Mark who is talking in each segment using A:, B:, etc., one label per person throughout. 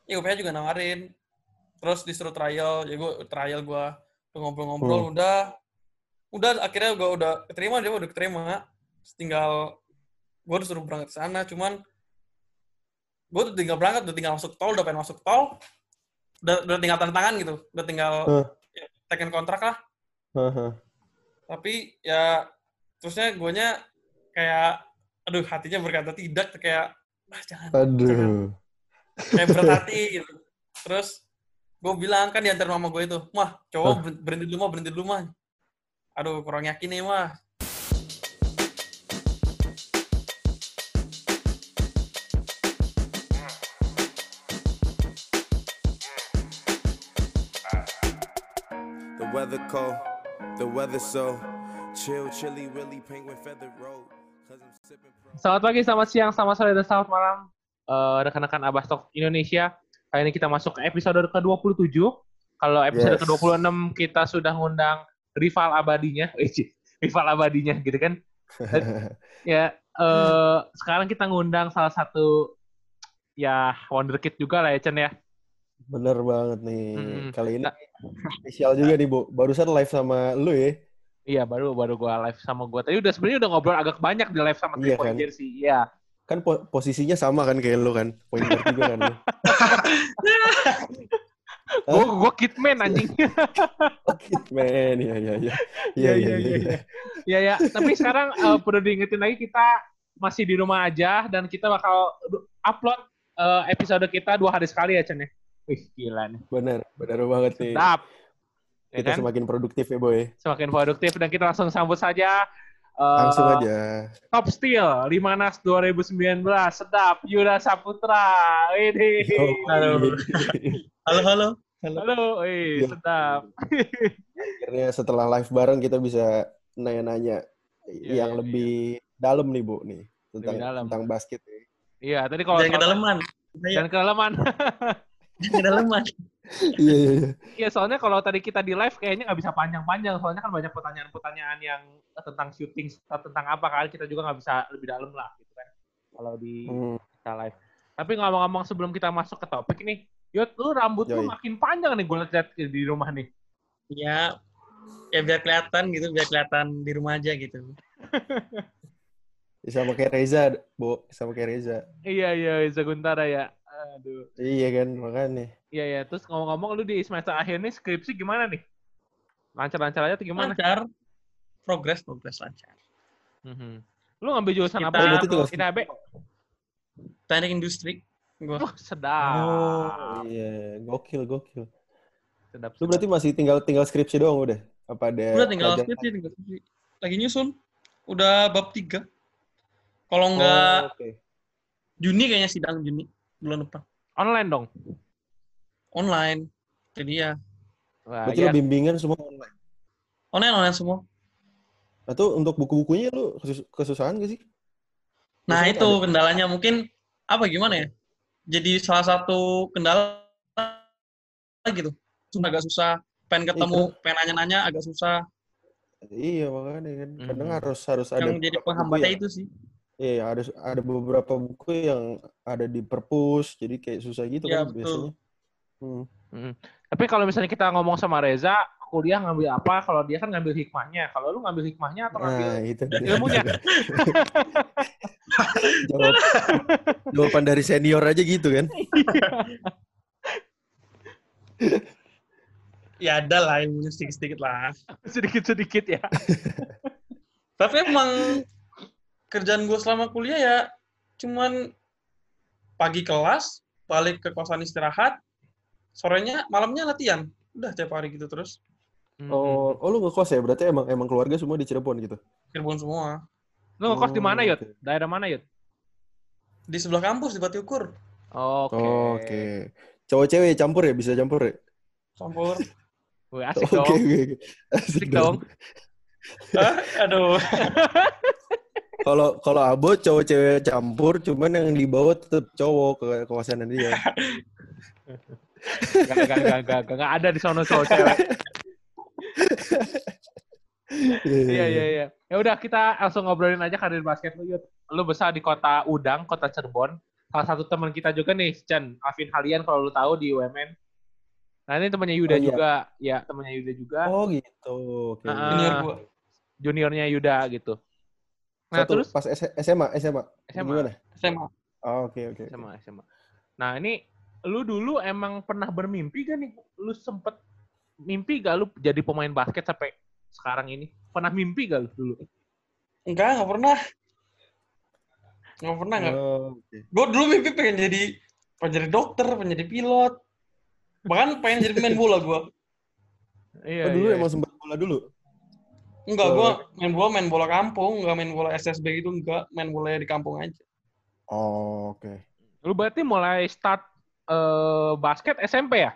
A: Ya UPH juga nawarin. Terus disuruh trial, ya gue trial gue ngobrol-ngobrol, udah akhirnya gue udah keterima, dia udah keterima. Terus tinggal gue disuruh berangkat ke sana, cuman gue udah tinggal berangkat, udah tinggal masuk tol, udah pengen masuk tol, udah tinggal tanda tangan gitu, udah tinggal ya, teken kontrak lah. Tapi ya terusnya guanya kayak aduh hatinya berkata tidak, kayak jangan
B: Aduh.
A: kayak berat hati gitu. Terus gue bilang kan diantar mama gue itu, mah cowok berhenti dulu mah. Aduh kurang yakin nih mah.
C: The weather cold, the weather so chill, chilly, really penguin feather road.
D: Selamat pagi, selamat siang, selamat sore, dan selamat malam rekan-rekan Abastok Indonesia. Kali ini kita masuk ke episode ke-27. Kalau episode ke-26 kita sudah ngundang rival abadinya. Rival abadinya gitu kan. Ya, sekarang kita ngundang salah satu ya wonderkid juga lah ya Chen ya.
B: Bener banget nih. Kali ini spesial juga nih, Bu. Barusan live sama lu ya.
D: Iya, baru gue live sama gue. Tadi sebenarnya udah ngobrol agak banyak di live sama Three Point Jersey. Iya.
B: Kan posisinya sama kan kayak lu kan. Point guard juga kan lu.
D: Gue kitman anjing.
B: Kitman, iya.
D: Iya. Tapi sekarang perlu diingetin lagi kita masih di rumah aja dan kita bakal upload episode kita 2 hari sekali ya Chen ya. Wih, gila nih.
B: Bener banget nih.
D: Sedap.
B: Kita
D: ya kan?
B: semakin produktif ya, Boy.
D: Semakin produktif dan kita langsung sambut saja.
B: Langsung aja.
D: Top Steal, Limanas 2019. Sedap, Yuda Saputra. Ini.
A: Halo.
D: Sedap.
B: Akhirnya setelah live bareng kita bisa nanya-nanya yang lebih dalam nih, Bu, nih. Tentang basket.
D: Iya, tadi kalau
A: Jangan kedalaman.
D: Iya, soalnya kalau tadi kita di live kayaknya nggak bisa panjang-panjang. Soalnya kan banyak pertanyaan-pertanyaan yang tentang shooting, tentang apa kan. Kita juga nggak bisa lebih dalam lah gitu kan. Kalau di kita live. Tapi ngomong-ngomong sebelum kita masuk ke topik nih. Yot, lu rambut lu makin panjang nih gue liat di rumah nih.
A: Iya, ya biar kelihatan gitu. Biar kelihatan di rumah aja gitu.
B: Sama kayak Reza, Bu. Sama kayak Reza.
D: Iya, Reza Guntara ya. Aduh.
B: Iya kan, makanya.
D: Iya. Terus ngomong-ngomong lu di semester akhir nih skripsi gimana nih? Lancar-lancar aja atau gimana?
A: Lancar. Progres lancar.
D: Lu ngambil jurusan apa? ITB?
A: Teknik industri.
D: Sedap.
B: Oh, iya. Gokil.
D: Sedap.
B: Lu berarti masih tinggal skripsi doang udah? Apa ada?
A: Udah tinggal skripsi. Lagi nyusun. Udah bab 3. Kalau enggak Juni kayaknya sidang Juni. Bulan depan.
D: Online dong?
A: Online. Jadi ya.
B: Berarti lo bimbingan semua online?
A: Online semua.
B: Atau untuk buku-bukunya lu kesusahan gak sih?
A: Nah itu kendalanya mungkin gimana ya? Jadi salah satu kendala gitu. Agak susah. Pengen ketemu, pengen nanya-nanya agak susah.
B: Iya makanya kan. Kadang harus ada.
A: Yang jadi penghambatnya itu sih.
B: Iya, ada beberapa buku yang ada di perpus, jadi kayak susah gitu
A: ya,
B: kan
A: betul.
B: biasanya.
D: Tapi kalau misalnya kita ngomong sama Reza, kuliah ngambil apa? Kalau dia kan ngambil hikmahnya. Kalau lu ngambil hikmahnya atau ngambil ilmunya?
B: Jawaban dari senior aja gitu kan?
A: Ya ada lah ilmunya sedikit-sedikit lah.
D: Sedikit-sedikit ya.
A: Tapi emang kerjaan gue selama kuliah ya cuman pagi kelas, balik ke kosan istirahat, malamnya latihan. Udah tiap hari gitu terus.
B: Oh lu ngekos ya? Berarti emang keluarga semua di Cirebon gitu?
A: Cirebon semua.
D: Lu ngekos di mana, Yot? Daerah mana, Yot?
A: Di sebelah kampus, di Bati Ukur.
B: Oke. Cowok cewek campur ya? Bisa campur ya?
A: Campur.
D: Wih, asik dong. Asik dong.
A: Aduh.
B: Kalau Abo cowok cewek campur, cuman yang dibawa tetap cowok ke kawasan dia.
D: Gak ada di sono cowok cewek. Iya. Ya udah kita langsung ngobrolin aja karir basket lu, Yud. Lu besar di kota Udang, kota Cirebon. salah satu teman kita juga nih, Chan, Alvin Halian kalau lu tahu di UMN. Nah ini temannya Yuda
B: Oh, iya.
D: juga, ya temannya Yuda juga.
B: Oh gitu. Oke.
A: Senior gue.
D: Juniornya Yuda gitu. Nah
B: Satu
D: terus
B: pas SMA. Gimana?
A: SMA.
B: Oh, oke.
D: SMA. Nah ini lu dulu emang pernah bermimpi gak nih? Lu sempet mimpi gak lu jadi pemain basket sampai sekarang ini? Pernah mimpi gak lu dulu?
A: Enggak pernah. Nggak pernah.
B: Oh, oke.
A: Gue dulu mimpi pengen jadi dokter, pengen jadi pilot. Bahkan pengen jadi pemain bola gue.
D: Iya,
B: Dulu emang sempat bola dulu?
A: Enggak, gue main bola kampung, enggak main bola SSB gitu, enggak. Main bola di kampung aja.
B: Oh, oke.
D: Lu berarti mulai start basket SMP ya?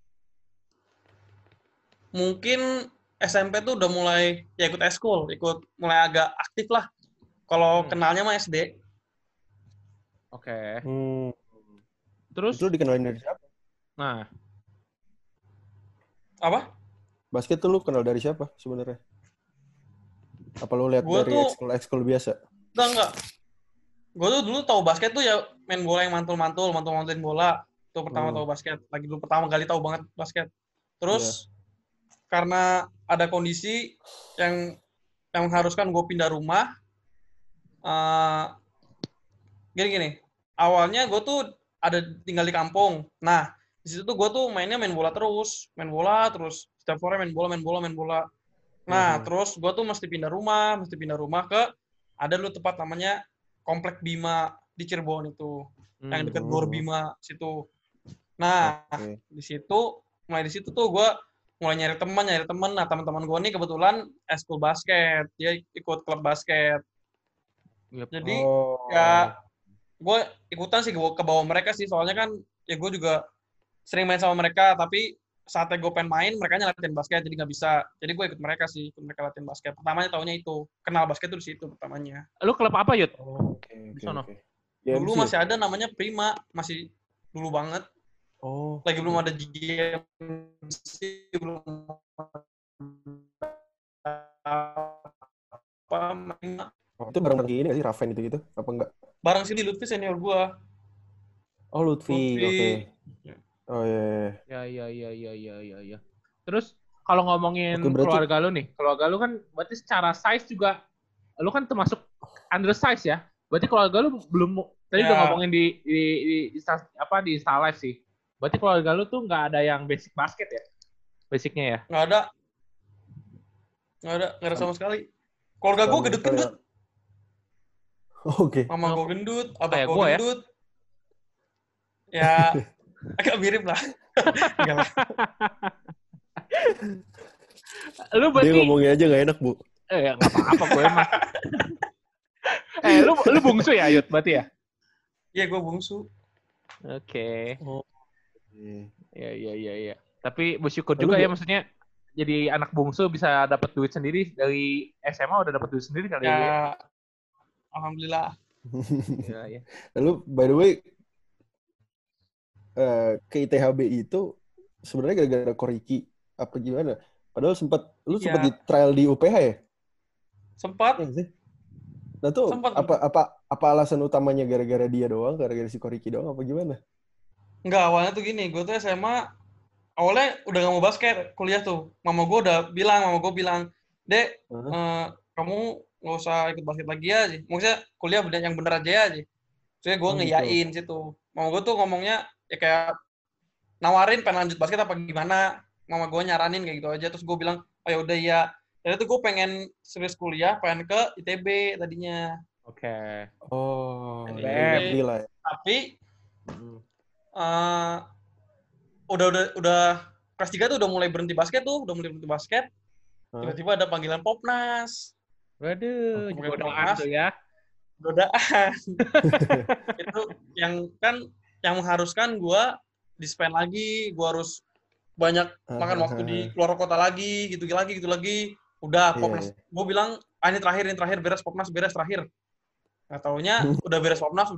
A: Mungkin SMP tuh udah mulai ya ikut eskul, mulai agak aktif lah. Kalau kenalnya mah SD.
D: Oke.
B: Hmm.
D: Terus?
B: Itu dikenalin dari siapa?
D: Nah.
A: Apa?
B: Basket tuh lu kenal dari siapa sebenarnya? Apa lu lihat
A: Gua
B: dari
A: tuh-
B: ekskul biasa?
A: Enggak. Gue tuh dulu tahu basket tuh ya main bola yang mantul-mantulin bola. Itu pertama tahu basket. Lagi dulu pertama kali tahu banget basket. Terus karena ada kondisi yang mengharuskan gue pindah rumah. Gini. Awalnya gue tuh ada tinggal di kampung. Nah, di situ tuh gue tuh main bola terus. Setiap sore main bola. Nah, terus gue tuh mesti pindah rumah ke ada dulu tempat namanya Komplek Bima di Cirebon itu. Yang deket Gor Bima situ. Nah, di situ tuh gue mulai nyari teman. Nah, teman-teman gue nih kebetulan eskul basket. Dia ikut klub basket.
D: Yep.
A: Jadi ya gue ikutan sih ke bawah mereka sih. Soalnya kan ya gue juga sering main sama mereka. Tapi saatnya gue pengen main, mereka latihan basket. Jadi nggak bisa. Jadi gue ikut mereka sih. Ikut mereka latihan basket. Pertamanya taunya itu. Kenal basket tuh di situ pertamanya.
D: Lu klub apa, Yud?
B: Oke.
D: Di sono.
A: Dulu masih ada namanya Prima. Masih dulu banget.
B: Oh.
A: Lagi belum ada GMC, belum apa main.
B: Itu bareng ini nggak sih Raven gitu apa enggak?
A: Bareng sini Lutfi senior gua.
B: Oh Lutfi. Oke. Oh iya.
D: Ya. Terus kalau ngomongin keluarga lu nih, keluarga lu kan berarti secara size juga lu kan termasuk undersize ya. Berarti keluarga lu belum tadi udah ngomongin di Insta Live sih. Berarti keluarga lu tuh nggak ada yang basic basket ya? Basicnya ya?
A: Nggak ada sama sekali. Keluarga gua gendut-gendut.
B: Oke.
A: Mama gua gendut, abang
D: gua
A: gua gendut. Ya, agak mirip lah. Enggak lah.
D: Lu berarti
B: Dia ngomongnya aja nggak enak, Bu.
D: Ya nggak apa-apa gue emang. Lu bungsu ya, Yud, berarti ya?
A: Iya, gue bungsu.
D: Oke.
B: Iya.
D: Iya. Tapi bersyukur juga ya, maksudnya jadi anak bungsu bisa dapat duit sendiri dari SMA udah dapat duit sendiri kali ya.
A: Alhamdulillah.
D: Iya.
B: Lalu by the way ke ITHB itu sebenarnya gara-gara Koriki apa gimana? Padahal lu sempat di trial di UPH ya?
A: Sempat.
B: Ya, sih? Nah tuh apa alasan utamanya gara-gara dia doang, gara-gara si Koriki doang apa gimana?
A: Enggak, awalnya tuh gini, gue tuh SMA awalnya udah gak mau basket kuliah tuh. Mama gue bilang, Dek, kamu nggak usah ikut basket lagi aja. Maksudnya kuliah yang bener aja. Soalnya gue ngeyain situ. Mama gue tuh ngomongnya ya kayak nawarin pengen lanjut basket apa gimana. Mama gue nyaranin kayak gitu aja. Terus gue bilang, oh ya udah ya. Jadi tuh gue pengen serius kuliah, pengen ke ITB tadinya.
D: Oke.
B: Oh,
A: ITB.
B: Lah ya.
A: Tapi udah kelas 3 tuh udah mulai berhenti basket. Tiba-tiba ada panggilan Popnas.
D: Waduh, godaan tuh ya.
A: Godaan. Itu yang mengharuskan gue di-spend lagi, gue harus banyak makan waktu di keluar kota lagi, gitu lagi. Udah Popnas. Gue bilang, ini terakhir beres Popnas, terakhir. Nggak taunya udah beres Popnas,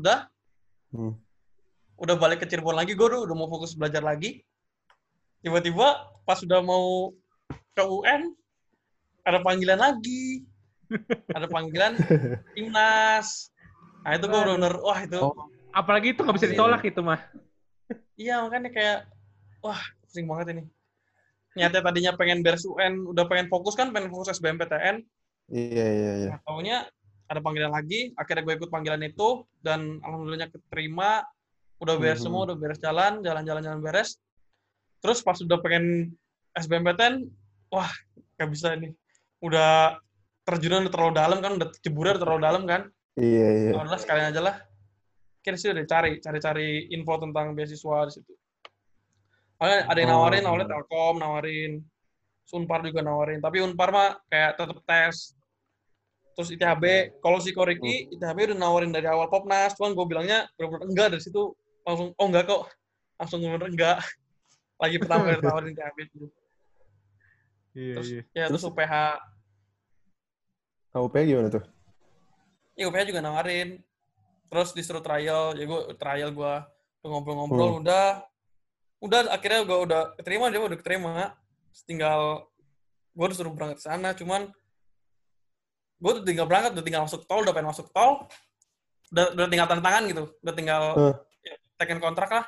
A: udah balik ke Cirebon lagi, gue udah mau fokus belajar lagi. Tiba-tiba pas udah mau ke UN, ada panggilan lagi. Ada panggilan timnas. Nah itu gue bener-bener, wah itu.
D: Apalagi itu nggak bisa ditolak itu mah.
A: Iya, makanya kayak, wah, pusing banget ini. Nyatanya tadinya pengen beres UN, udah pengen fokus SBMPTN.
B: Iya.
A: Nah, taunya ada panggilan lagi, akhirnya gue ikut panggilan itu, dan alhamdulillahnya keterima, udah beres semua, udah beres jalan beres. Terus pas udah pengen SBMPTN, wah, gak bisa ini. Udah terjunnya udah terlalu dalam kan, udah jeburnya udah terlalu dalam kan.
B: Iya.
A: Udah sekalian aja lah. Akhirnya sih udah cari info tentang beasiswa di situ. Ada yang nawarin, awalnya Telkom nawarin, Unpar juga nawarin, tapi Unpar mah kayak tetap tes. Terus ITHB, kalau si Koriki, ITHB udah nawarin dari awal Popnas, cuman gue bilangnya bener-bener enggak, dari situ langsung, oh enggak kok, langsung bener-bener enggak. Lagi pertama kali nawarin ITHB itu. Terus UPH.
B: UPH gimana tuh?
A: Iya, UPH juga nawarin. Terus disuruh trial, ya gue trial ngobrol-ngobrol, udah akhirnya gue udah keterima, tinggal gue disuruh berangkat ke sana, cuman gue udah tinggal berangkat, udah tinggal masuk tol, udah pengen masuk tol, udah tinggal tanda tangan gitu, udah tinggal teken kontrak lah.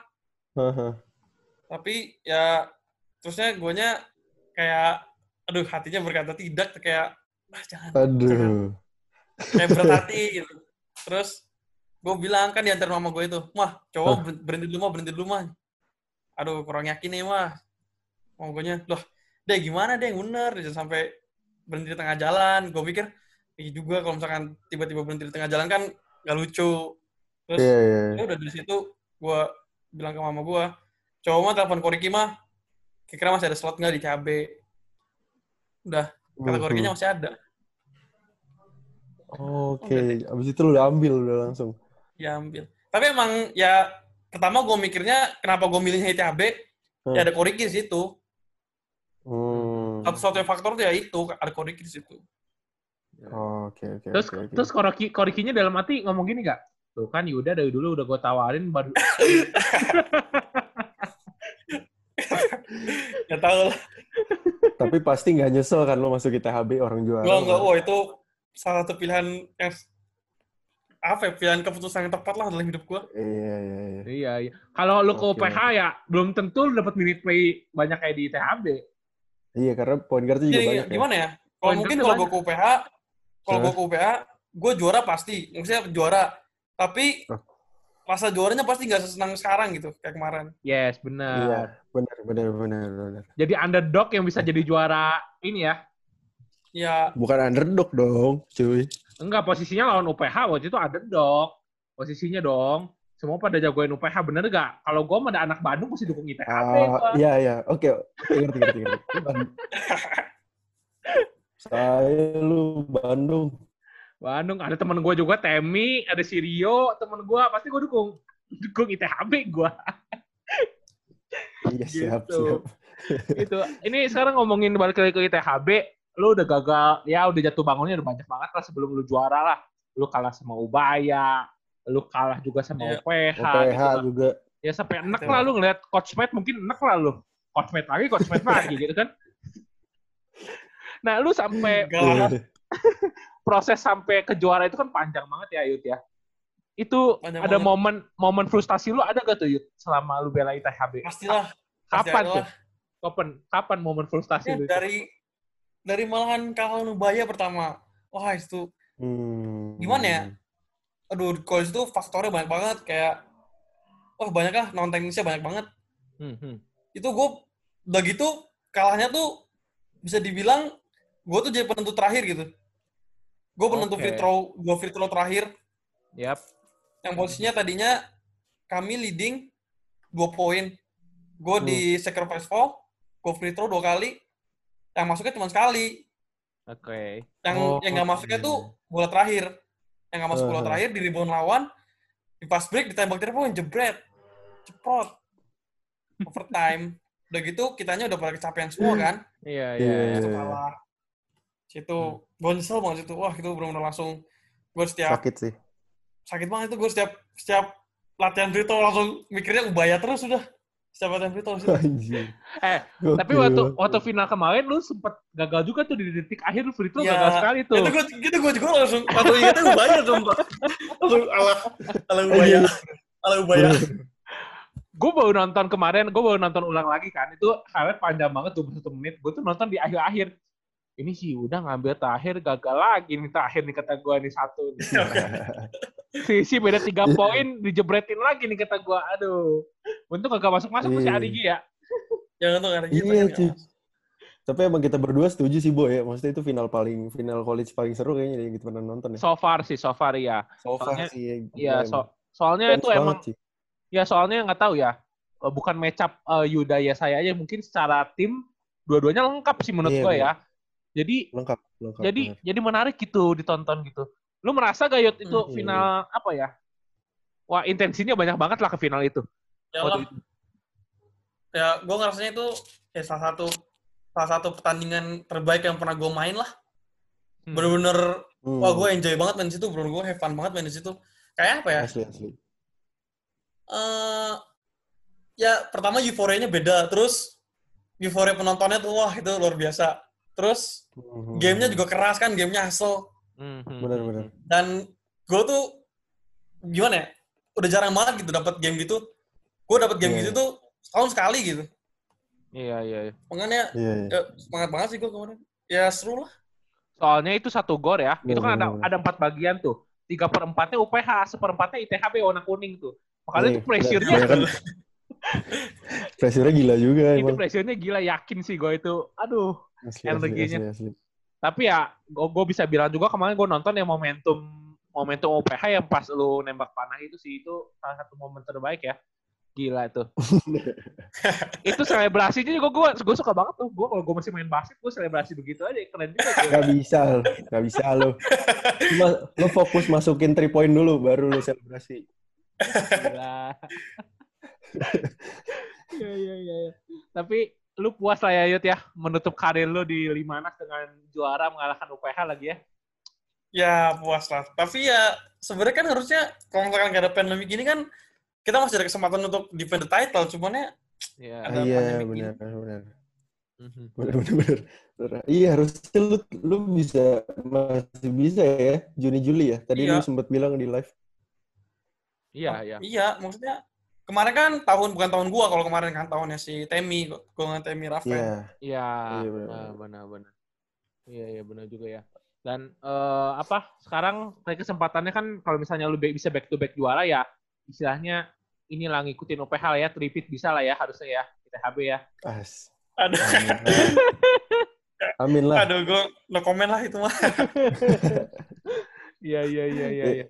A: Tapi ya terusnya guanya kayak, aduh, hatinya berkata tidak, kayak jangan. Kayak berat hati gitu. Terus gue bilang, kan diantar mama gue itu, mah coba berhenti dulu mah. Aduh, kurang yakin nih mah. Mama gue nya, loh, deh gimana deh yang bener, sampai berhenti di tengah jalan. Gue pikir, juga kalau misalkan tiba-tiba berhenti di tengah jalan kan gak lucu. Terus ya udah dari situ gue bilang ke mama gue, coba mah telepon Koriki mah, kira-kira masih ada slot nggak di CAB. Udah, kata Korikinya masih ada.
B: Oke. Abis itu lu ambil udah langsung.
A: Ya ambil. Tapi emang ya pertama gue mikirnya kenapa gue milihnya ITHB, ya ada Koriki di situ. Satu-satunya faktor tuh ya itu, ada Koriki di situ.
B: Oke.
D: Terus Korikinya dalam hati ngomong gini nggak? Tuh kan Yuda dari dulu udah gue tawarin baru.
A: Ya tahu lah.
B: Tapi pasti nggak nyesel kan lo masuk ITHB orang juara.
A: Enggak. Oh, itu salah satu pilihan yang pilihan keputusan yang tepat lah dalam hidup gue.
B: Iya.
D: Kalau lu ke UPH ya belum tentu lu dapat minute play banyak kayak di ITHB.
B: Iya, karena point guard juga banyak.
A: Gimana ya? Kalau mungkin kalau gue ke UPH, gue juara pasti. Maksudnya juara. Tapi rasa juaranya pasti nggak sesenang sekarang gitu, kayak kemarin.
D: Yes, benar.
B: Iya, benar.
D: Jadi underdog yang bisa jadi juara ini ya?
A: Iya.
B: Bukan underdog dong, cuy.
D: Enggak, posisinya lawan UPH waktu itu underdog. Posisinya dong. Semua pada jagoin UPH, bener gak? Kalau gue ada anak Bandung, mesti dukung ITHB.
B: Iya. Oke. Ngerti. Saya lu Bandung. Ada
D: temen gue juga, Temi, ada si Rio, temen gue, pasti gue dukung ITHB gue.
B: Iya, siap.
D: Gitu. Ini sekarang ngomongin balik lagi ke ITHB, lu udah gagal, ya udah jatuh bangunnya udah banyak banget lah sebelum lu juara lah. Lu kalah sama Ubaya, lu kalah juga sama UPH gitu
B: juga.
D: Ya sampai enek lah lu ngeliat Coach Matt, mungkin enek lah lu. Coach Matt lagi gitu kan. Nah, lu sampai proses sampai ke juara itu kan panjang banget ya, Yud ya. Itu panjang ada banget. momen frustasi lu ada gak tuh, Yud, selama lu bela ITHB?
A: Pastilah.
D: Kapan tuh? Kapan momen frustasi lu?
A: Dari malahan kalah Ubaya pertama. Wah, itu gimana ya? Aduh, kalau itu faktornya banyak banget, kayak banyak lah, non teknisnya banyak banget. Itu gue udah gitu kalahnya tuh bisa dibilang gue tuh jadi penentu terakhir gitu. Gue penentu free throw terakhir.
D: Yap.
A: Yang posisinya tadinya kami leading 2 poin. Gue di sacrifice foul, gue free throw 2 kali. Yang masuknya cuma sekali.
D: Oke.
A: Yang nggak masuknya tuh bola terakhir. Yang nggak masuk bola terakhir di rebound lawan, di fast break ditembak 3 poin, jebret, ceprot, overtime. Udah gitu kitanya udah pada kecapean semua kan.
D: Iya.
A: Itu kalah. Situ gue nyesel banget itu. Wah, itu benar-benar langsung gue sakit banget itu. Gue setiap latihan free throw langsung mikirnya Ubaya terus udah. Setiap latihan free throw sih.
D: Tapi waktu final kemarin lu sempet gagal juga tuh di detik akhir, lu free throw gagal sekali tuh.
A: Itu gue juga langsung ingatnya Ubaya sumpah. Langsung ala Ubaya. Ala Ubaya.
D: Gue baru nonton kemarin, gue baru nonton ulang lagi kan. Itu highlight panjang banget 21 menit. Gue tuh nonton di akhir-akhir. Ini sih udah ngambil terakhir, gagal lagi nih terakhir nih kata gue nih satu. Si beda 3 poin, dijebretin lagi nih kata gue. Aduh. Untung gak masuk-masuk tuh si Arigi ya.
A: Jangan tuh Arigi.
B: Iya, cuy. Tapi emang kita berdua setuju sih, Bo ya. Maksudnya itu final college paling seru kayaknya yang kita pernah nonton ya.
D: So far ya.
B: So far sih.
D: Iya, soalnya itu emang
B: sih.
D: Ya soalnya nggak tahu ya, bukan match up Yuda ya saya aja, mungkin secara tim dua-duanya lengkap sih menurut gue ya. Jadi
B: lengkap.
D: Jadi menarik gitu ditonton gitu. Lu merasa gak Yud itu final apa ya? Wah intensinya banyak banget lah ke final itu.
A: Ya gue ngerasanya itu salah satu pertandingan terbaik yang pernah gue main lah. Bener-bener wah gue enjoy banget main di situ, bener-bener gue have fun banget main di situ. Kayak apa ya?
B: Asli.
A: Ya pertama euforianya beda, terus euforia penontonnya tuh wah itu luar biasa. Terus gamenya juga keras kan, gamenya hustle.
B: Benar.
A: Dan gue tuh gimana ya, udah jarang banget gitu dapat game gitu. Gue dapat game gitu tuh setahun sekali gitu.
D: Iya.
A: Makanya ya, semangat banget sih gue kemarin. Ya seru lah.
D: Soalnya itu satu gor ya, itu kan ada 4 bagian tuh. 3/4-nya UPH, 1/4-nya ITHB warna kuning tuh. Makanya itu pressure-nya.
B: Pressure-nya gila juga.
D: Itu pressure-nya gila, yakin sih gue itu. Aduh, energinya.
B: Asli.
D: Tapi ya, gue bisa bilang juga kemarin gue nonton yang momentum UPH yang pas lu nembak panah itu sih, itu salah satu momen terbaik ya. Gila itu. Itu selebrasinya juga gue suka banget tuh. Gue kalau gue masih main basket, gue selebrasi begitu aja. Keren juga.
B: Gak bisa lo. Cuma lo fokus masukin 3 point dulu, baru lo selebrasi.
D: Gila. Iya. Tapi lu puas lah ya Yud ya, menutup karir lu di Limanas dengan juara mengalahkan UPH lagi ya.
A: Ya puas lah. Tapi ya sebenarnya kan harusnya kalau misalkan gak ada pandemi gini kan kita masih ada kesempatan untuk defend the title, cuman ya ada pandemi gini.
B: Benar. Iya harusnya lu masih bisa ya Juni-Juli ya. Tadi lu sempat bilang di live.
D: Iya,
A: maksudnya kemarin kan bukan tahun gua, kalau kemarin kan tahunnya si Temi, golongan Temi Rafael.
D: Iya, benar. Iya benar juga ya. Dan sekarang kayak kesempatannya kan kalau misalnya lu bisa back to back juara ya, istilahnya inilah ngikutin UPH lah ya, repeat bisa lah ya harusnya ya, ITHB ya.
A: Aduh.
B: Amin lah.
A: Aduh, gue no comment lah itu mah.
D: Iya.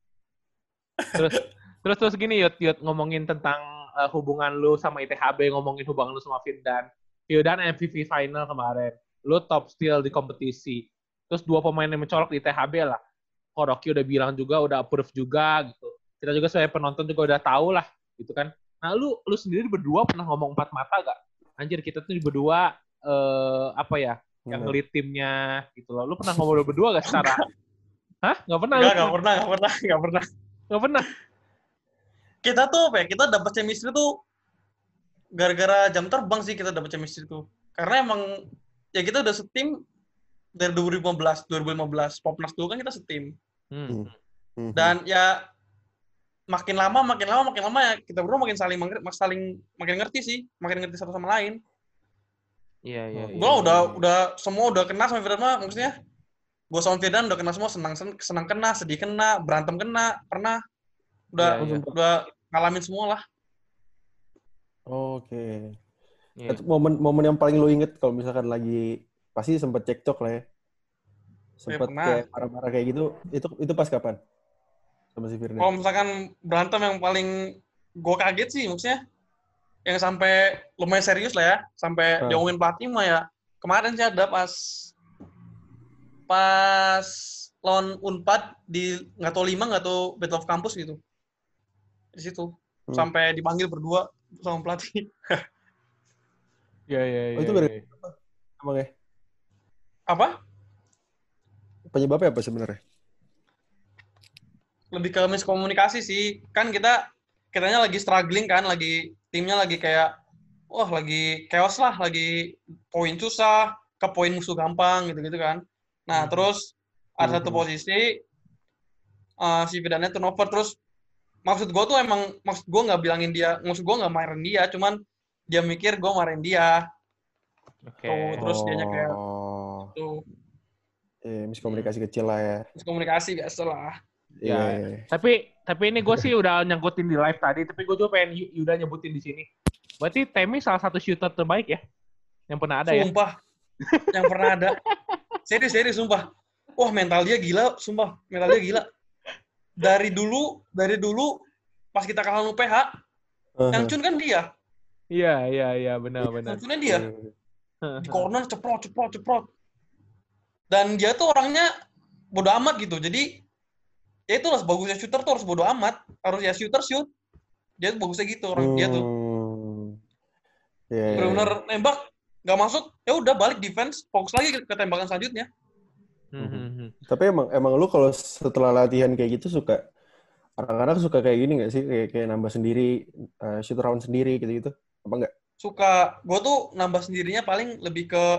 D: Terus gini Yud ngomongin tentang hubungan lu sama ITHB, ngomongin hubungan lu sama Firdan. Firdan MVP final kemarin. Lu top steal di kompetisi. Terus 2 pemain yang mencolok di ITHB lah. Rocky udah bilang juga, udah approve juga gitu. Kita juga sebagai penonton juga udah tahu lah gitu kan. Nah lu sendiri berdua pernah ngomong 4 mata gak? Anjir kita tuh berdua yang ngelit timnya gitu loh. Lu pernah ngobrol berdua gak secara? Hah? Gak pernah?
A: Gak pernah. Kita tuh kita dapat chemistry tuh gara-gara jam terbang sih kita dapat chemistry tuh. Karena emang ya kita udah setim dari 2015 Popnas dulu kan kita setim. Dan ya makin lama ya kita berdua makin saling makin ngerti sih, makin ngerti satu sama lain.
D: Iya.
A: Gua udah semua udah kena sama Firdan mah, maksudnya gua sama Firdan udah kena semua, senang kena, sedih kena, berantem kena, pernah udah ngalamin semua lah.
B: Oke. Momen yang paling lo inget kalau misalkan lagi pasti sempat cekcok lah ya. Sempat kayak marah-marah kayak gitu, itu pas kapan? Sama si Firdan.
A: Kalau misalkan berantem yang paling gue kaget sih, maksudnya yang sampai lumayan serius lah ya, sampai diomongin pelatih mah ya. Kemarin sih ada pas lawan Unpad di nggak tahu 5 nggak tahu Battle of Campus gitu. Di situ sampai dipanggil berdua sama pelatih.
D: Iya.
B: Itu gara-gara apa? Emang ya?
A: Apa?
B: Penyebabnya apa sebenarnya?
A: Lebih ke miskomunikasi sih. Kan kitanya lagi struggling kan, timnya lagi kayak lagi chaos lah, lagi poin susah, ke poin musuh gampang gitu-gitu kan. Nah, terus ada satu posisi si Firdannya turnover, terus maksud gue nggak bilangin dia, maksud gue nggak marahin dia, cuman dia mikir gue marahin dia.
D: Oke.
A: Terus dianya kayak tuh.
B: Miskomunikasi kecil lah ya.
A: Miskomunikasi biasa lah.
D: Ya. Tapi ini gue sih udah nyangkutin di live tadi, tapi gue juga pengen Yuda nyebutin di sini. Berarti Temi salah satu shooter terbaik ya yang pernah ada.
A: Sumpah. Yang pernah ada. Serius sumpah. Wah, mental dia gila, sumpah. Mental dia gila. Dari dulu pas kita kalah UPH, yang cun kan dia.
D: Iya, benar.
A: Yang cunnya dia. Di corner ceprot. Dan dia tuh orangnya bodo amat gitu. Jadi ya itulah bagusnya shooter tuh harus bodo amat. Harus ya shooter shoot. Dia tuh bagusnya gitu orang dia tuh. Bener-bener nembak nggak masuk, ya udah balik defense, fokus lagi ke tembakan selanjutnya.
B: Tapi emang lu kalau setelah latihan kayak gitu suka anak-anak suka kayak gini nggak sih, kayak nambah sendiri, shoot around sendiri gitu apa enggak?
A: Suka. Gue tuh nambah sendirinya paling lebih ke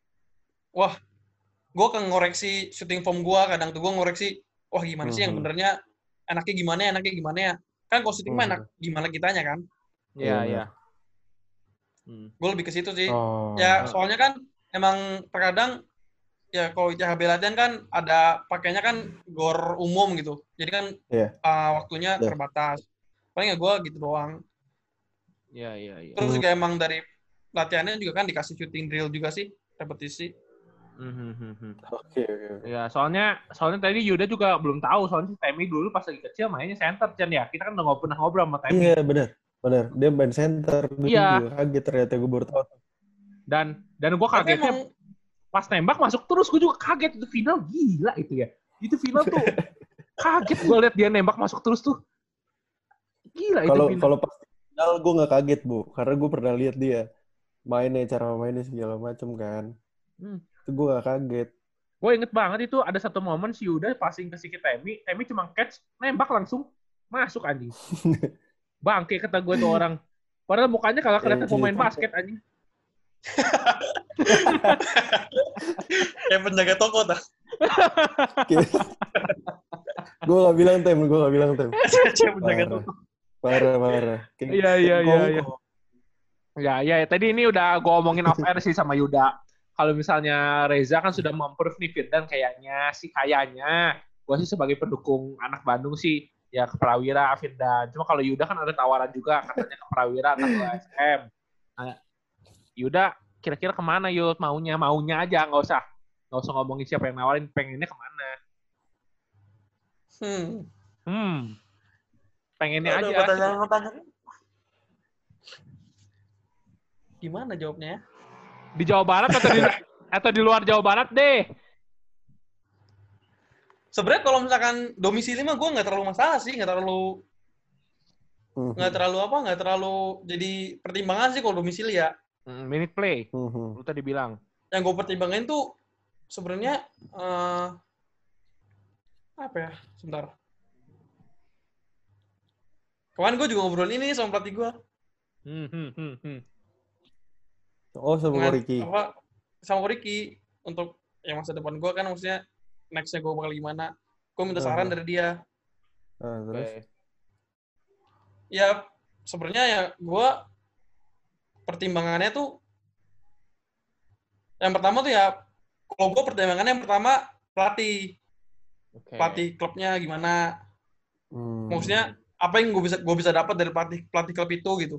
A: gue kan ngoreksi shooting form gue. Kadang tuh gue ngoreksi gimana sih yang benernya, enaknya gimana ya. Kan kalau shooting mah enak gimana kitanya kan.
D: Iya.
A: Gue lebih ke situ sih. Ya soalnya kan emang terkadang ya kalau ITHB latihan kan ada pakainya kan gor umum gitu. Jadi kan waktunya terbatas. Paling ya gue gitu doang.
D: Iya.
A: Terus juga emang dari latihannya juga kan dikasih shooting drill juga sih, repetisi.
B: Oke.
D: Ya, soalnya tadi Yuda juga belum tahu, soalnya si Temi dulu pas lagi kecil mainnya center, Chan ya. Kita kan udah nggak pernah ngobrol sama Temi.
B: Iya, benar. Dia main center dulu.
D: Iya.
B: Kaget ternyata gue baru tahu.
D: Dan gue kagetnya pas nembak masuk terus, gue juga kaget. Itu final gila itu ya. Itu final tuh kaget gue liat dia nembak masuk terus tuh. Gila itu final.
B: Kalau pas final gue nggak kaget, Bu. Karena gue pernah lihat dia cara mainnya segala macam kan. Itu gue nggak kaget.
D: Gue inget banget itu ada satu momen si Yuda passing ke si Temi cuma catch, nembak langsung masuk anjing. Bangke kata gue tuh orang. Padahal mukanya kalau kelihatan pemain basket anjing.
A: Kayak penjaga toko dah.
B: Gue gak bilang Tem.
A: Kayak penjaga toko.
B: Parah.
D: Iya. Ya, tadi ini udah gue omongin off air sih sama Yuda. Kalau misalnya Reza kan sudah memprove nih Firdan kayaknya. Gue sih sebagai pendukung anak Bandung sih ya ke Prawira, Firdan. Cuma kalau Yuda kan ada tawaran juga katanya ke Prawira atau ke SM. Nah, Yuda kira-kira kemana Yud? Maunya aja, nggak usah ngomongin siapa yang nawarin, pengennya kemana? Pengennya aja.
A: Pertanyaan. Gimana jawabnya ya?
D: Di Jawa Barat atau di luar Jawa Barat deh.
A: Sebenarnya kalau misalkan domisili mah gue nggak terlalu masalah sih, nggak terlalu jadi pertimbangan sih kalau domisili ya.
D: Minute play, lu tadi bilang.
A: Yang gue pertimbangin tuh sebenarnya apa ya? Sebentar. Kemarin gue juga ngobrol ini sama pelatih gue.
B: Sama Ricky.
A: Sama Ricky untuk yang masa depan gue kan, maksudnya next-nya gue bakal gimana. Gue minta saran dari dia.
B: Terus?
A: Ya sebenarnya ya gue pertimbangannya tuh yang pertama tuh ya, kalau gue pertimbangannya yang pertama pelatih. Pelatih klubnya gimana. Maksudnya apa yang gue bisa dapat dari pelatih klub itu gitu.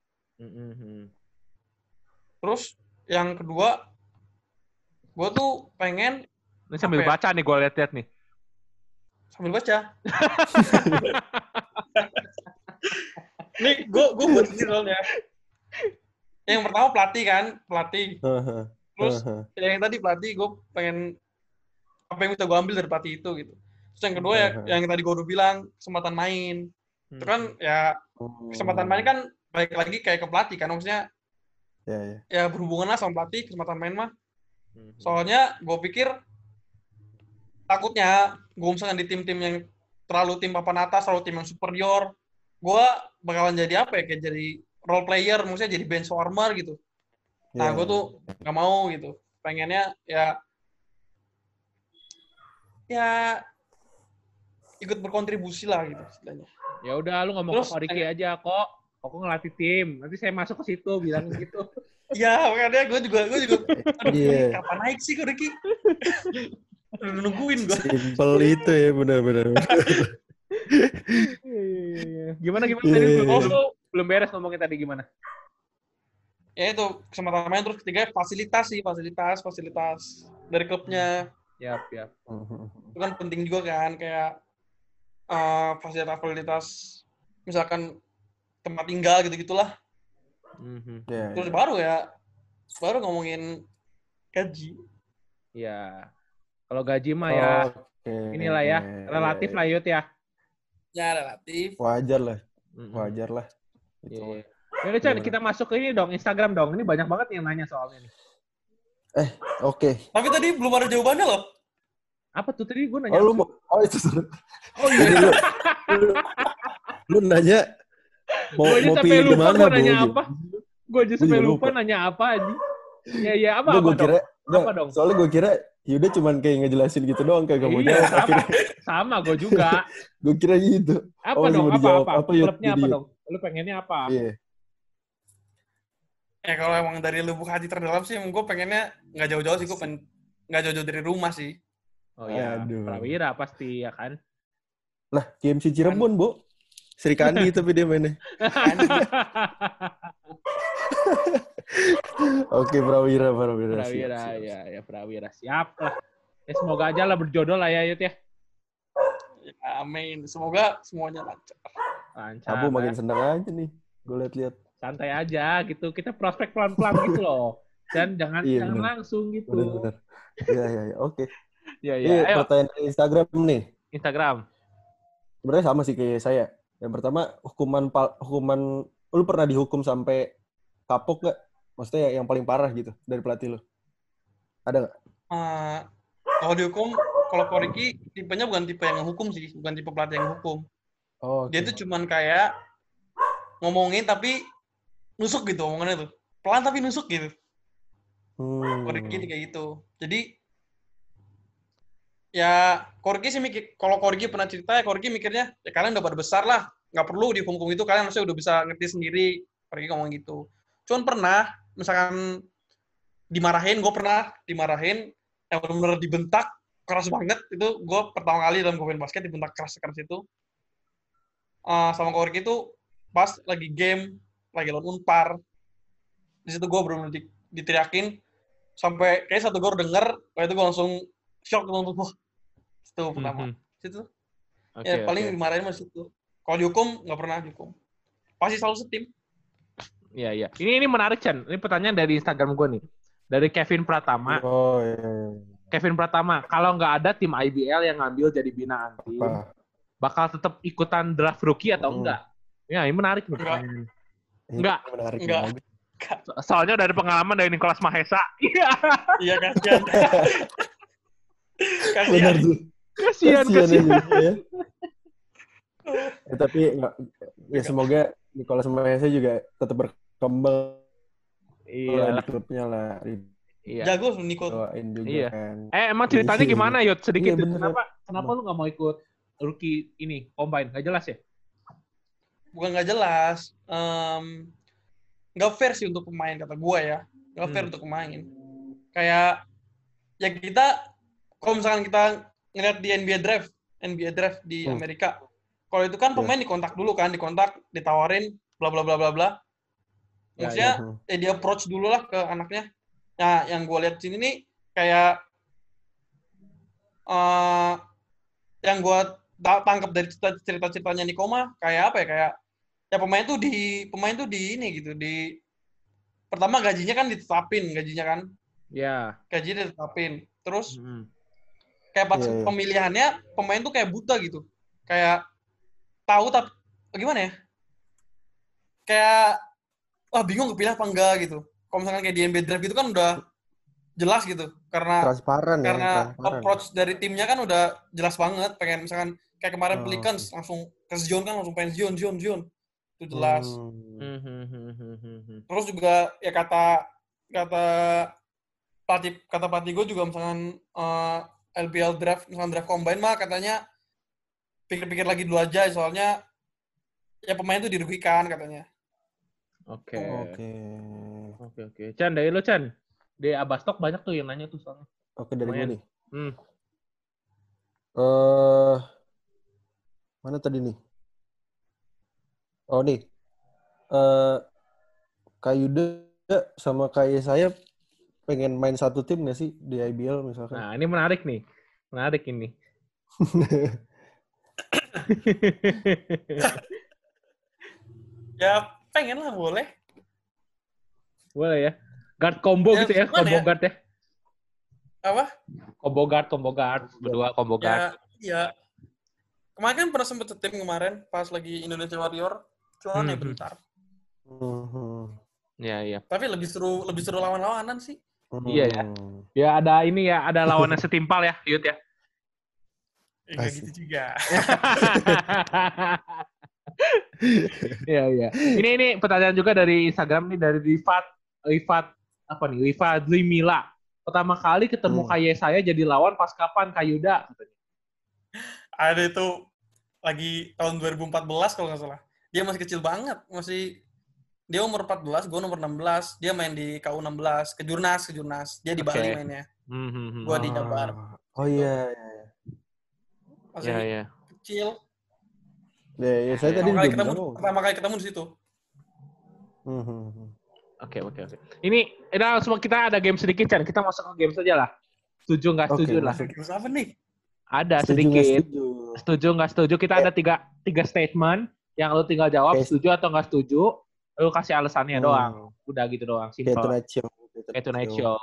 A: Terus yang kedua, gue tuh pengen.
D: Ini sambil baca nih, gue lihat nih.
A: Sambil baca. Nih gue buat ini soalnya. Yang pertama pelatih. Terus yang tadi pelatih, gue pengen apa yang bisa gue ambil dari pelatih itu gitu. Terus yang kedua yang tadi gue udah bilang, kesempatan main. Itu kan ya kesempatan main kan balik lagi kayak ke pelatih kan, maksudnya ya berhubungan lah sama pelatih, kesempatan main mah. Soalnya gue pikir takutnya gue misalkan di tim-tim yang terlalu tim papan atas, terlalu tim yang superior, gue bakalan jadi apa ya, kayak jadi role player, maksudnya jadi bench warmer gitu. Nah gue tuh nggak mau gitu, pengennya ya ikut berkontribusi lah gitu istilahnya.
D: Ya udah, lu ngomong ke Koriki aja kok. Aku ngelatih tim. Nanti saya masuk ke situ bilang gitu.
A: Iya, makanya gue juga kapan naik sih Koriki? Nungguin gue.
B: Simpel itu ya, benar-benar.
D: Gimana tadi belum beres ngomongin tadi gimana?
A: Ya itu kesempatan main, terus ketiga fasilitas dari klubnya.
D: Yap.
A: Itu kan penting juga kan, kayak fasilitas misalkan tempat tinggal gitu-gitulah. Terus baru ngomongin gaji.
D: Ya. Kalau gaji mah ya inilah ya, relatif lah Yud ya.
A: Ya relatif.
B: Wajar lah. Gitu.
D: Yaudah Chan, kita masuk ke ini dong, Instagram dong. Ini banyak banget yang nanya soalnya nih.
B: Oke.
A: Tapi tadi belum ada jawabannya loh.
D: Apa tuh tadi gue nanya?
B: Itu. Iya. Lu nanya mau pilih di mana, Bu?
D: Gue aja sampai lupa nanya apa aja. Ya apa dong?
B: Soalnya gue kira Yuda cuman kayak ngejelasin gitu doang, kagak mau jawab.
D: Sama gue juga.
B: Gue kira gitu.
D: Apa dong? Apa? Klubnya apa dong? Lu pengennya apa?
B: Iya.
A: Kalau emang dari lubuk hati terdalam sih, gue pengennya nggak jauh-jauh sih. Gue pengen nggak jauh-jauh dari rumah sih.
D: Oh iya, Prawira pasti ya kan.
B: Lah, KMC Cirebon, Bu. Sri Kandi tapi dia mainnya. Oke, Prawira.
D: Ya Prawira. Siap lah. Ya semoga aja lah berjodoh lah ya Yud ya.
A: Ya, amin. Semoga semuanya lancar.
B: Abu makin senang aja nih. Gue lihat-lihat.
D: Santai aja gitu. Kita prospek pelan-pelan gitu loh. Dan jangan langsung gitu.
B: Benar. Iya. Oke.
D: Iya.
B: Ini pertanyaan dari Instagram nih.
D: Instagram.
B: Sebenarnya sama sih kayak saya. Yang pertama, hukuman lu pernah dihukum sampai kapok nggak? Maksudnya yang paling parah gitu dari pelatih lu? Ada nggak?
A: Kalau dihukum, kalau Koriki tipenya bukan tipe yang hukum sih, bukan tipe pelatih yang hukum.
B: Oh, okay.
A: Dia tuh cuman kayak ngomongin tapi nusuk gitu omongannya tuh. Pelan tapi nusuk gitu. Koriki kayak gitu. Jadi ya Koriki sih mikir, kalau Koriki pernah cerita ya Koriki mikirnya ya kalian udah pada besar lah, nggak perlu dihukum itu, kalian harusnya udah bisa ngerti sendiri. Koriki ngomong gitu. Cuman pernah misalkan gue pernah dimarahin yang benar-benar dibentak keras banget. Itu gue pertama kali dalam gue main basket dibentak keras itu sama Koriki itu pas lagi game, lagi lawan Unpar. Di situ gue benar-benar diteriakin sampai kayak satu gor denger, kayak itu gue langsung shock nonton. Itu pertama. Situ. Paling dimarahin mas itu. Kalau dihukum nggak pernah dihukum. Pasti selalu setim.
D: Iya. Ini menarik Chan. Ini pertanyaan dari Instagram gue nih. Dari Kevin Pratama.
B: Oh iya.
D: Kevin Pratama, kalau nggak ada tim IBL yang ngambil jadi binaan tim, bakal tetap ikutan draft rookie atau enggak? Ya, ini menarik nih. Enggak. Soalnya dari pengalaman dari Nicholas Mahesa.
A: Iya, kasihan.
D: Kasihan.
B: Tapi ya semoga Nicholas Mahesa juga tetap berkembang di klubnya lah.
A: Iya. Jago Nico.
D: Iya. Kan. Emang ceritanya gimana Yot? Sedikit. Kenapa lu nggak mau ikut rookie ini combine? Nggak jelas ya?
A: Bukan nggak jelas. Nggak fair sih untuk pemain kata gue ya. Nggak fair untuk pemain. Kayak ya kita kalau misalkan kita ngeliat di NBA draft di Amerika. Kalau itu kan pemain dikontak dulu kan, ditawarin, bla bla bla bla bla. Maksudnya dia approach dulu lah ke anaknya. Nah, yang gue lihat sini nih kayak yang gue tangkap dari cerita-ceritanya Nikoma kayak apa ya, kayak ya pemain tuh di ini gitu, di pertama gajinya kan ditetapin kan. Iya. Gajinya ditetapin. Terus kayak pas pemilihannya pemain tuh kayak buta gitu. Kayak tahu tapi gimana ya? Kayak bingung kepilih apa enggak gitu. Kalau misalkan kayak di NBA draft itu kan udah jelas gitu. Karena approach dari timnya kan udah jelas banget. Pengen misalkan kayak kemarin Pelicans langsung ke Zion kan, langsung pengen Zion. Itu jelas. Terus juga ya kata pelatih gue juga misalkan LBL draft, misalkan draft combine mah katanya pikir-pikir lagi dulu aja, soalnya ya pemain tuh dirugikan katanya.
D: Oke.
B: Oke.
D: Chan, dari lo Chan. Di Abastok banyak tuh yang nanya tuh soalnya.
B: Oke, dari gue nih. Mana tadi nih? Oh nih. Kak Yuda sama Kak saya pengen main satu tim nggak sih di IBL misalkan?
D: Nah, ini menarik nih. Menarik ini.
A: Ya pengen lah, boleh.
D: Boleh ya. Guard combo
A: Ya,
D: gitu ya, combo
A: ya?
D: guard ya.
A: Apa?
D: Combo guard. Berdua combo guard.
A: Iya. Kemarin kan pernah sempet tim kemarin pas lagi Indonesia Warrior. Cuman ya bentar.
D: Iya.
A: Tapi lebih seru lawan-lawanan sih.
D: Iya ya. Ya ada ini ya, ada lawannya setimpal ya, Yud ya.
A: Enggak gitu juga.
D: Iya. Ini pertanyaan juga dari Instagram nih, dari Rifat apa nih? Rifat Mila. Pertama kali ketemu kayak saya jadi lawan pas kapan Kak Yuda?
A: Ada itu lagi tahun 2014 kalau nggak salah. Dia masih kecil banget, dia umur 14, gue nomor 16. Dia main di KU 16, ke Jurnas. Dia di Bali mainnya. Gue di Jabar.
B: Oh iya.
A: Masih kecil.
B: Ya, saya tadi
A: pertama kali ketemu di situ.
D: Oke. Ini langsung kita ada game sedikit, Chan. Kita masuk ke game saja lah. Setuju nggak setuju lah.
A: Terus apa nih?
D: Ada sedikit. Setuju nggak setuju. Kita ada tiga statement yang lu tinggal jawab setuju atau nggak setuju. Lu kasih alasannya doang. Udah gitu doang. Simple. Kayak Tonight Show.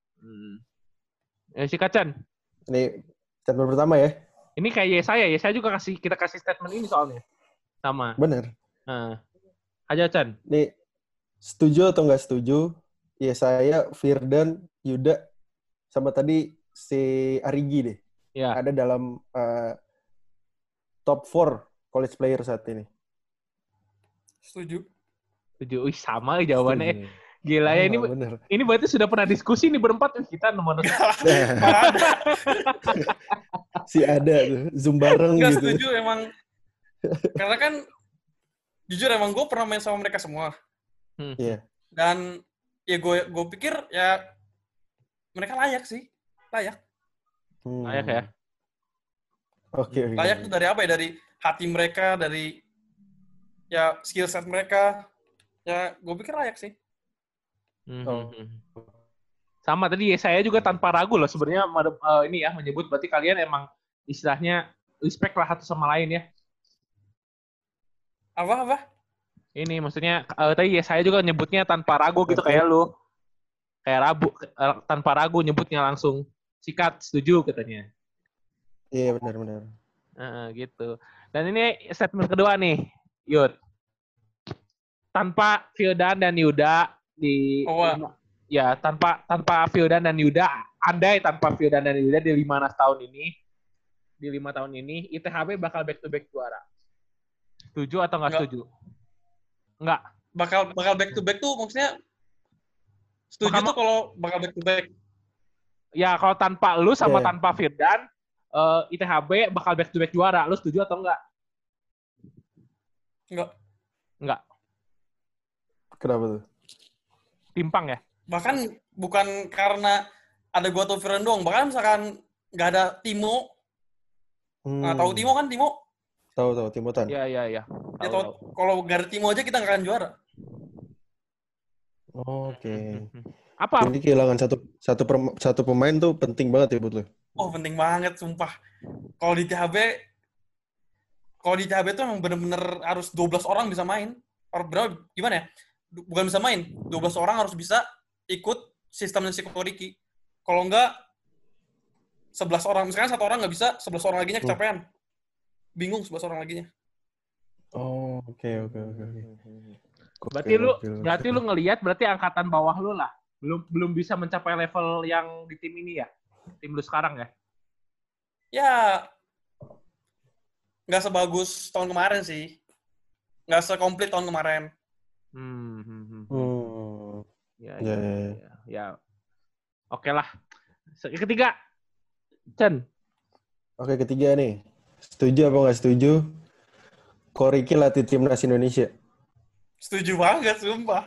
D: Ya, si Kacan.
B: Ini statement pertama ya.
D: Ini kayak saya juga kita kasih statement ini soalnya. Sama.
B: Bener.
D: Aja, Chan.
B: Nih, setuju atau nggak setuju? Ya saya, Firdan, Yuda, sama tadi si Arigi deh.
D: Ya.
B: Ada dalam top 4 college player saat ini.
A: Setuju.
D: Wih, sama jawabannya. Gila ya, ini berarti sudah pernah diskusi nih berempat kita nomor.
B: Si ada tuh, Zoom bareng
A: Nggak
B: gitu.
A: Setuju emang. Karena kan jujur emang gue pernah main sama mereka semua.
B: Iya.
A: Dan ya gue pikir ya mereka layak sih. Layak
D: ya.
B: Oke.
A: Layak tuh dari apa ya? Dari hati mereka, dari ya skill set mereka. Ya gue pikir layak sih.
D: Sama tadi saya juga tanpa ragu loh sebenarnya ini ya menyebut berarti kalian emang istilahnya respect lah satu sama lain ya.
A: Apa?
D: Ini maksudnya tadi saya juga nyebutnya tanpa ragu gitu kayak lu. Kayak tanpa ragu nyebutnya langsung sikat setuju katanya.
B: Iya benar.
D: Gitu. Dan ini statement kedua nih, Yud. Tanpa Firdan dan Yuda tanpa Firdan dan Yuda, andai tanpa Firdan dan Yuda di 5 tahun ini ITHB bakal back to back juara. Setuju atau nggak setuju? Enggak.
A: Bakal back to back tuh maksudnya setuju tuh kalau bakal back to back.
D: Ya kalau tanpa lu sama tanpa Firdan, ITHB bakal back to back juara. Lu setuju atau enggak? Enggak.
B: Kenapa tuh?
D: Timpang ya?
A: Bahkan bukan karena ada gua atau Firdan doang. Bahkan misalkan nggak ada Timo. Nah, tahu Timo kan Timo?
B: Tahu Timo Tan.
D: Iya.
A: Kalau nggak ada Timo aja kita nggak akan juara.
B: Oke.
D: Apa?
B: Jadi kehilangan satu pemain tuh penting banget ya buat lo.
A: Oh, penting banget sumpah. Kalau di THB tuh emang bener-bener harus 12 orang bisa main. Berapa gimana ya? Bukan bisa main, 12 orang harus bisa ikut sistemnya si Koriki. Kalau enggak 11 orang, misalkan 1 orang nggak bisa, 11 orang laginya kecapean. Bingung 11 orang laginya.
B: Oh, oke.
D: Berarti lu ngelihat berarti angkatan bawah lu lah. Belum bisa mencapai level yang di tim ini ya. Tim lu sekarang ya.
A: Ya nggak sebagus tahun kemarin sih. Nggak sekomplit tahun kemarin.
D: Ya. Oke lah. Ketiga, Chen.
B: Oke, ketiga nih. Setuju apa nggak setuju? Ko Ricky latih timnas Indonesia.
A: Setuju banget, sumpah.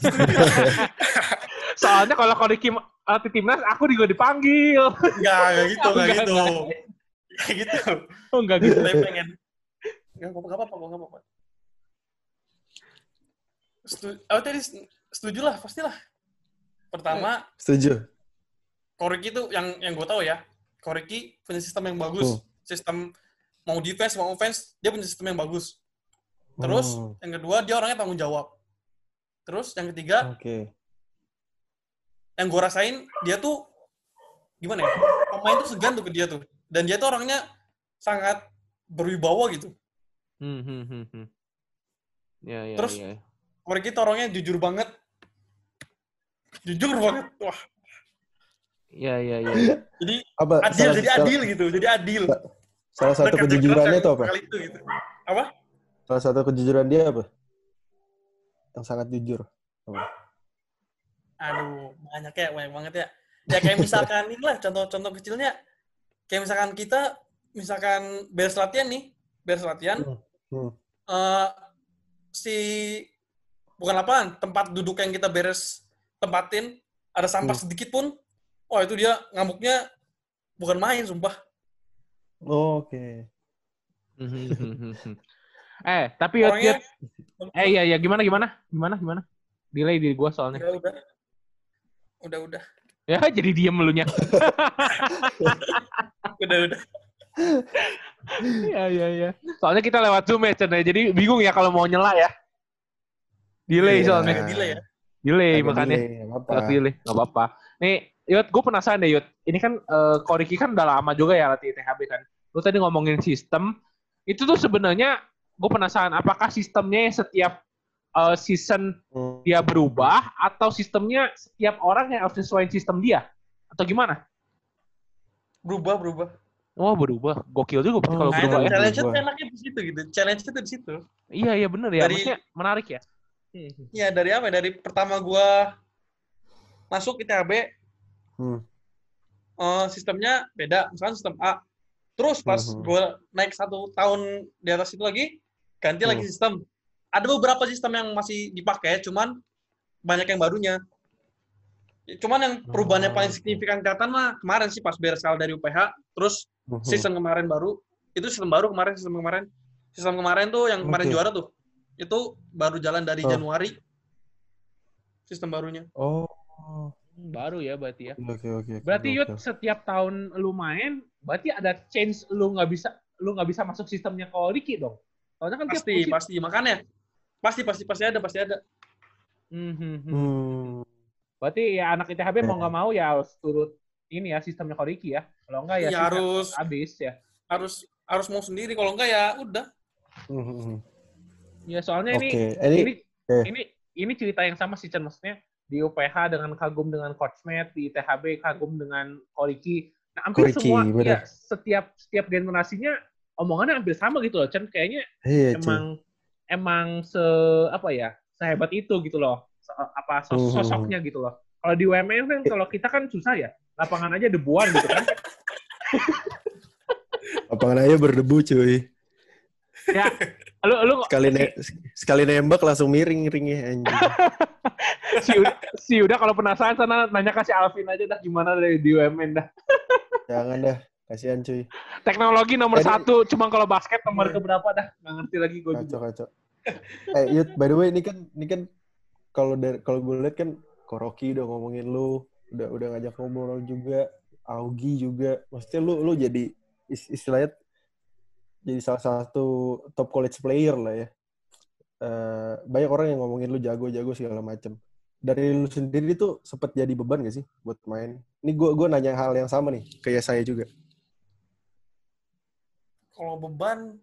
D: Soalnya kalau Ricky latih timnas, aku juga dipanggil.
A: Enggak gitu, enggak gitu. Kayak gitu.
D: Oh, enggak gitu.
A: Saya pengen. Enggak apa-apa. Setuju lah, pastilah. Pertama,
B: Setuju.
A: Ko Ricky itu yang gue tahu ya. Ko Ricky punya sistem yang bagus. Sistem mau defense, mau offense, dia punya sistem yang bagus. Terus, yang kedua, dia orangnya tanggung jawab. Terus, yang ketiga, yang gue rasain, dia tuh, gimana ya, pemain tuh segan tuh ke dia tuh. Dan dia tuh orangnya sangat berwibawa gitu. Terus, Ko Ricky tuh orangnya jujur banget. Wah.
D: Iya.
A: Jadi, adil gitu. Jadi adil.
B: Salah satu kejujurannya itu apa?
A: Gitu. Apa?
B: Salah satu kejujuran dia apa? Yang sangat jujur. Apa?
A: Aduh, banyak banget ya. Ya kayak misalkan inilah contoh kecilnya. Kayak misalkan beres latihan. Bukan lapangan, tempat duduk yang kita beres tempatin, ada sampah sedikit pun, wah itu dia ngamuknya bukan main, sumpah.
B: Oke.
D: Tapi
A: orangnya,
D: iya gimana? Delay di gua soalnya.
A: Udah.
D: Ya jadi diem elunya.
A: Udah.
D: Iya. Soalnya kita lewat Zoom ya, Chen. Jadi bingung ya kalau mau nyela ya. Delay soalnya. Delay makanya. Delay. Nggak apa-apa. Nih, Yud, gue penasaran deh, Yud. Ini kan Ko Ricky kan udah lama juga ya latih THB kan. Lu tadi ngomongin sistem. Itu tuh sebenarnya gue penasaran apakah sistemnya setiap season dia berubah atau sistemnya setiap orang yang harus sesuai sistem dia? Atau gimana?
A: Berubah.
D: Oh, berubah. Gokil juga kalau berubah ya.
A: Challenge-nya enaknya di situ gitu. Challenge-nya tuh di situ.
D: Iya bener ya. Maksudnya menarik ya.
A: Iya, dari apa? Dari pertama gua masuk ITHB, sistemnya beda. Misalkan sistem A. Terus pas gua naik 1 tahun di atas itu lagi, ganti lagi sistem. Ada beberapa sistem yang masih dipakai, cuman banyak yang barunya. Cuman yang perubahannya paling signifikan kelihatan mah kemarin sih pas beres dari UPH, terus season kemarin baru, itu sistem baru kemarin. Sistem kemarin tuh yang kemarin juara tuh, itu baru jalan dari Januari, sistem barunya.
D: Baru ya berarti ya.
B: Oke.
D: Berarti Yud setiap tahun lu main, berarti ada change lu nggak bisa masuk sistemnya Ko Ricky dong. Soalnya kan
A: pasti makanya pasti ada.
D: Berarti ya anak ITHB mau nggak mau ya harus turut ini ya sistemnya Ko Ricky ya. Kalau enggak ya
A: harus
D: habis ya.
A: Harus mau sendiri, kalau enggak ya udah.
D: Ya soalnya ini cerita yang sama sih Chen, maksudnya di UPH dengan kagum dengan Coach Matt, di ITHB kagum dengan Ko Ricky. Nah, hampir semua ya setiap generasinya omongannya hampir sama gitu loh Chen, kayaknya emang sehebat itu gitu loh. Sosoknya gitu loh. Kalau di UMN kan kalau kita kan susah ya. Lapangan aja debuan gitu kan.
B: Lapangan aja berdebu cuy.
D: Ya, lu
B: sekali nembak langsung miring ringnya anjing.
D: si udah kalau penasaran sana nanya kasih Alvin aja dah gimana dari di UMN dah.
B: Jangan dah, kasihan cuy.
D: Teknologi nomor 1, cuma kalau basket nomor keberapa dah? Nggak ngerti lagi gue juga.
B: Kacau. Yud, by the way ini kan kalau gue lihat kan Ko Rocky udah ngomongin lu, udah ngajak ngobrol juga, Augie juga. Maksudnya lu jadi istilahnya jadi salah satu top college player lah ya. Banyak orang yang ngomongin lu jago segala macem. Dari lu sendiri tuh sempet jadi beban gak sih buat main? Ini gue nanya hal yang sama nih, kayak saya juga.
A: Kalau beban,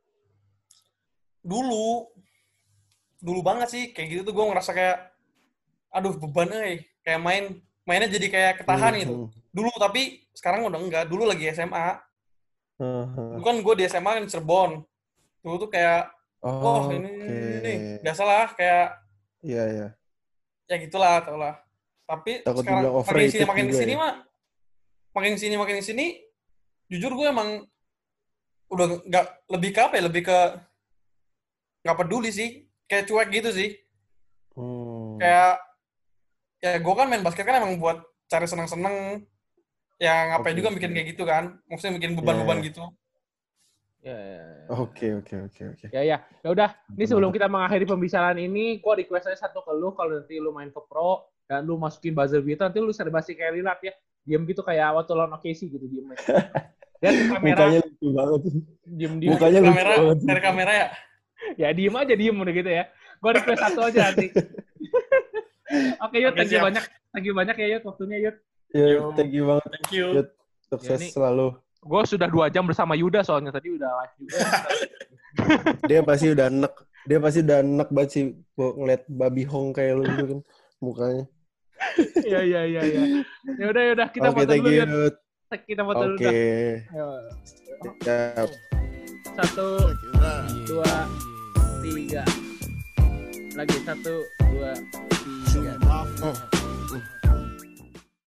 A: dulu banget sih kayak gitu tuh gue ngerasa kayak aduh beban kayak mainnya jadi kayak ketahan gitu. Dulu, tapi sekarang udah enggak. Dulu lagi SMA. Dulu kan gue di SMA kan di Cirebon. Dulu tuh kayak ini biasalah kayak
B: iya.
A: Ya gitulah, tau lah. Tapi
B: takut
A: sekarang makin kesini, jujur gue emang udah nggak lebih ke apa ya? Lebih ke nggak peduli sih, kayak cuek gitu sih. Kayak ya gue kan main basket kan emang buat cari seneng-seneng. Ya ngapain juga bikin kayak gitu kan? Maksudnya bikin beban-beban gitu.
D: Ya.
B: Oke.
D: Ya udah. Ini sebelum kita mengakhiri pembicaraan ini, gue request aja satu ke lu, kalau nanti lu main ke pro dan lu masukin buzzer beater, nanti lu serbasi kayak Lillard ya. Diem gitu kayak waktu lawan OKC gitu diem. Lihat kamera.
B: Mukanya lucu banget.
D: Diem.
B: Mukanya lucu banget.
A: Dari kamera ya.
D: Ya diem aja udah gitu ya. Gue request satu aja nanti. Oke Yud, thank you banyak ya Yud waktunya Yud.
B: Thank you banget.
A: Thank you.
B: Yud, sukses selalu.
D: Gue sudah 2 jam bersama Yuda soalnya tadi udah live juga.
B: Dia pasti udah enek banget sih ngeliat babi hong kayak lu gitu kan mukanya.
D: Iya. Ya udah kita foto dulu Yud. Kita foto dulu.
B: Oke. Siap.
D: 1, 2, 3. Lagi 1, 2, 3.